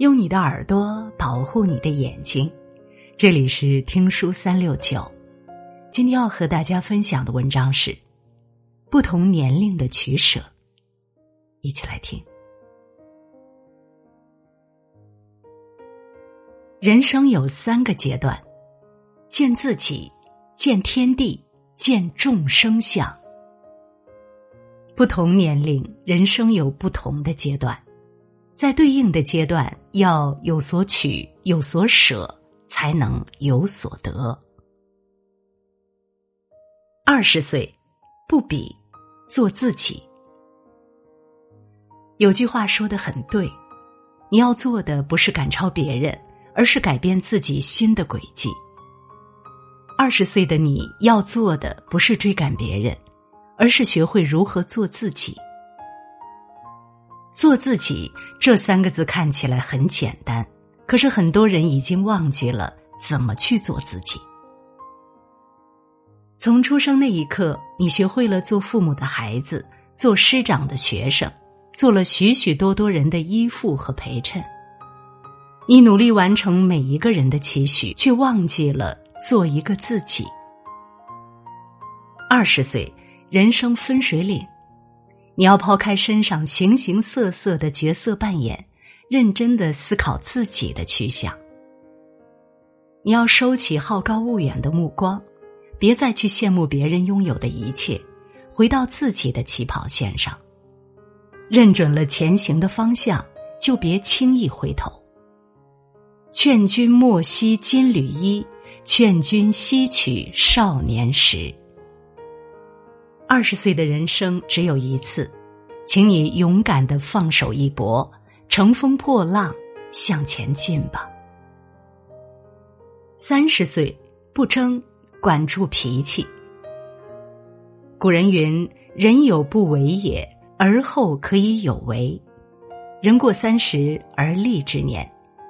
用你的耳朵保护你的眼睛。这里是听书369，今天要和大家分享的文章是不同年龄的取舍，一起来听。人生有3个阶段：见自己，见天地，见众生相。不同年龄，人生有不同的阶段，在对应的阶段要有所取，有所舍，才能有所得。20岁，不比，做自己。有句话说得很对，你要做的不是赶超别人，而是改变自己新的轨迹。20岁的你要做的不是追赶别人，而是学会如何做自己。做自己这3个字看起来很简单，可是很多人已经忘记了怎么去做自己。从出生那一刻，你学会了做父母的孩子，做师长的学生，做了许许多多人的依附和陪衬。你努力完成每一个人的期许，却忘记了做一个自己。20岁，人生分水岭，你要抛开身上形形色色的角色扮演，认真地思考自己的去向。你要收起好高骛远的目光，别再去羡慕别人拥有的一切，回到自己的起跑线上。认准了前行的方向，就别轻易回头。劝君莫惜金缕衣，劝君惜取少年时。20岁的人生只有一次，请你勇敢地放手一搏，乘风破浪向前进吧。30岁，不争，管住脾气。古人云，人有不为也，而后可以有为。人过30而立之年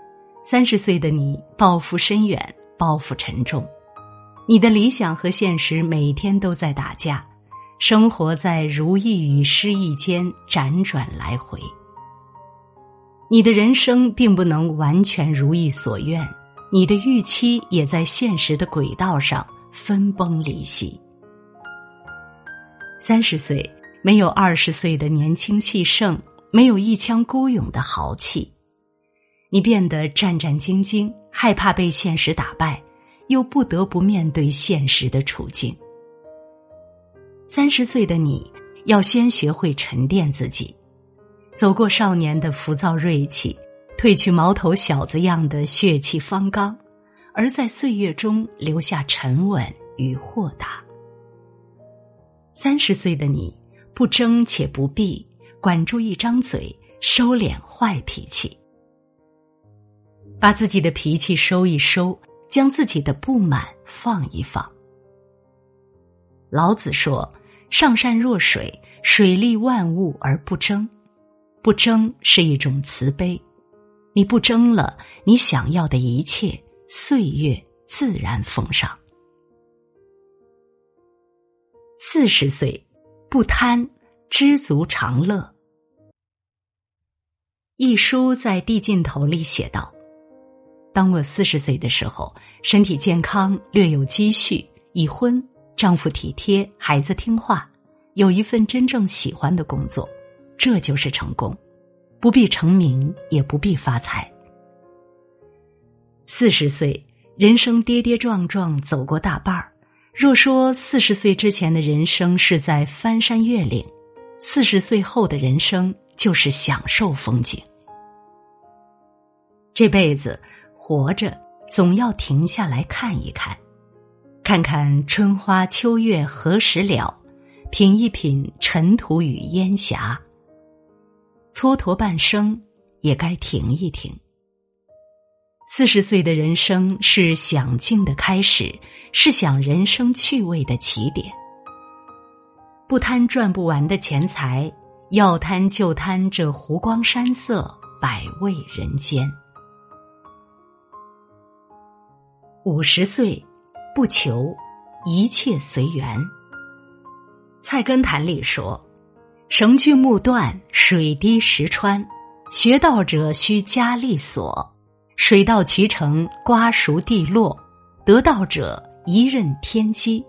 ，30岁的你抱负深远，抱负沉重。你的理想和现实每天都在打架，生活在如意与失意间辗转来回。你的人生并不能完全如意所愿，你的预期也在现实的轨道上分崩离析。30岁，没有20岁的年轻气盛，没有一腔孤勇的豪气。你变得战战兢兢，害怕被现实打败，又不得不面对现实的处境。30岁的你要先学会沉淀自己，走过少年的浮躁锐气，褪去毛头小子样的血气方刚，而在岁月中留下沉稳与豁达。30岁的你不争且不避，管住一张嘴，收敛坏脾气。把自己的脾气收一收，将自己的不满放一放。老子说，上善若水，水利万物而不争。不争是一种慈悲，你不争了，你想要的一切，岁月自然奉上。40岁，不贪，知足常乐。一书在地尽头里写道，当我40岁的时候，身体健康，略有积蓄，已婚，丈夫体贴，孩子听话，有一份真正喜欢的工作，这就是成功，不必成名，也不必发财。40岁，人生跌跌撞撞，走过大半儿。若说40岁之前的人生是在翻山越岭，40岁后的人生就是享受风景。这辈子活着，总要停下来看一看，看看春花秋月何时了，品一品尘土与烟霞。蹉跎半生，也该停一停。40岁的人生是享尽的开始，是享人生趣味的起点。不贪赚不完的钱财，要贪就贪这湖光山色，百味人间。50岁，不求，一切随缘。菜根谭里说，绳锯木断，水滴石穿， 学道者须加利索，水到渠成，瓜熟蒂落，得道者一任天机。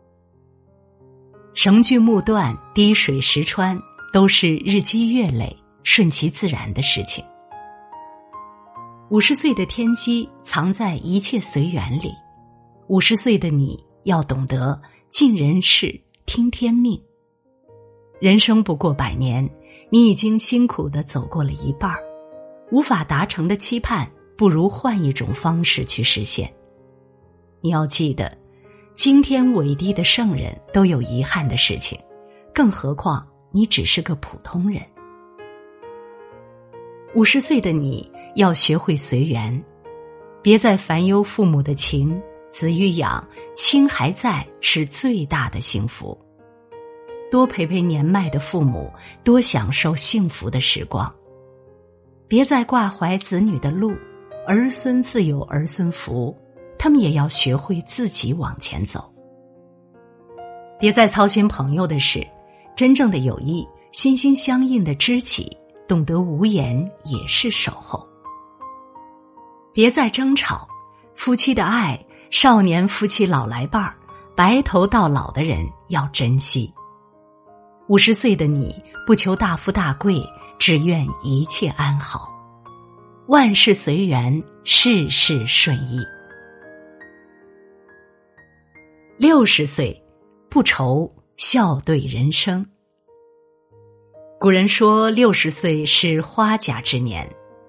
绳锯木断，滴水石穿，都是日积月累，顺其自然的事情。50岁的天机藏在一切随缘里，50岁的你要懂得尽人事，听天命。人生不过100年，你已经辛苦地走过了一半，无法达成的期盼，不如换一种方式去实现。你要记得，惊天伟地的圣人都有遗憾的事情，更何况你只是个普通人。50岁的你要学会随缘，别再烦忧父母的情，子欲养，亲还在是最大的幸福。多陪陪年迈的父母，多享受幸福的时光。别再挂怀子女的路，儿孙自有儿孙福，他们也要学会自己往前走。别再操心朋友的事，真正的友谊，心心相印的知己，懂得无言也是守候。别再争吵，夫妻的爱，少年夫妻老来伴儿，白头到老的人要珍惜。50岁的你，不求大富大贵，只愿一切安好，万事随缘，事事顺意。60岁，不愁，笑对人生。古人说60岁是花甲之年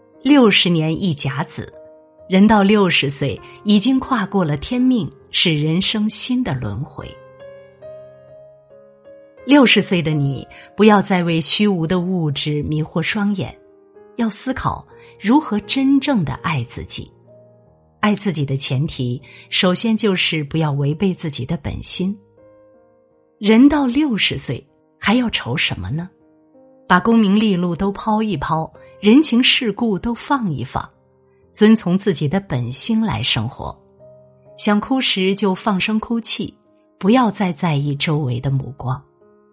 ，60年一甲子，人到60岁已经跨过了天命，是人生新的轮回。60岁的你，不要再为虚无的物质迷惑双眼，要思考如何真正的爱自己。爱自己的前提，首先就是不要违背自己的本心。人到60岁，还要愁什么呢？把功名利禄都抛一抛，人情世故都放一放，遵从自己的本心来生活。想哭时就放声哭泣，不要再在意周围的目光。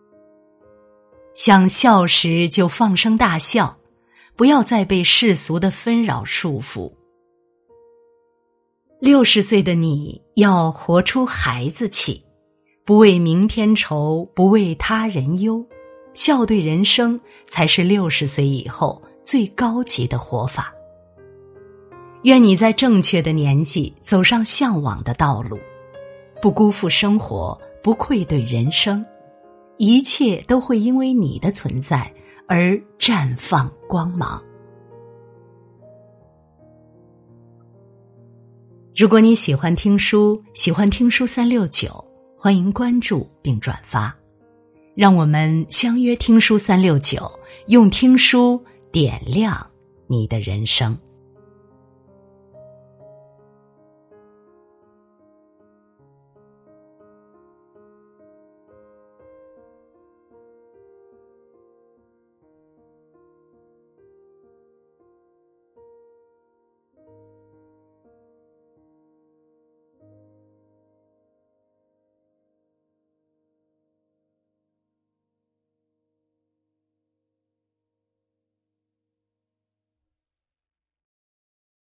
想笑时就放声大笑，不要再被世俗的纷扰束缚。60岁的你要活出孩子气，不为明天愁，不为他人忧，笑对人生才是60岁以后最高级的活法。愿你在正确的年纪走上向往的道路，不辜负生活，不愧对人生，一切都会因为你的存在而绽放光芒。如果你喜欢听书，喜欢听书369，欢迎关注并转发。让我们相约听书369，用听书点亮你的人生。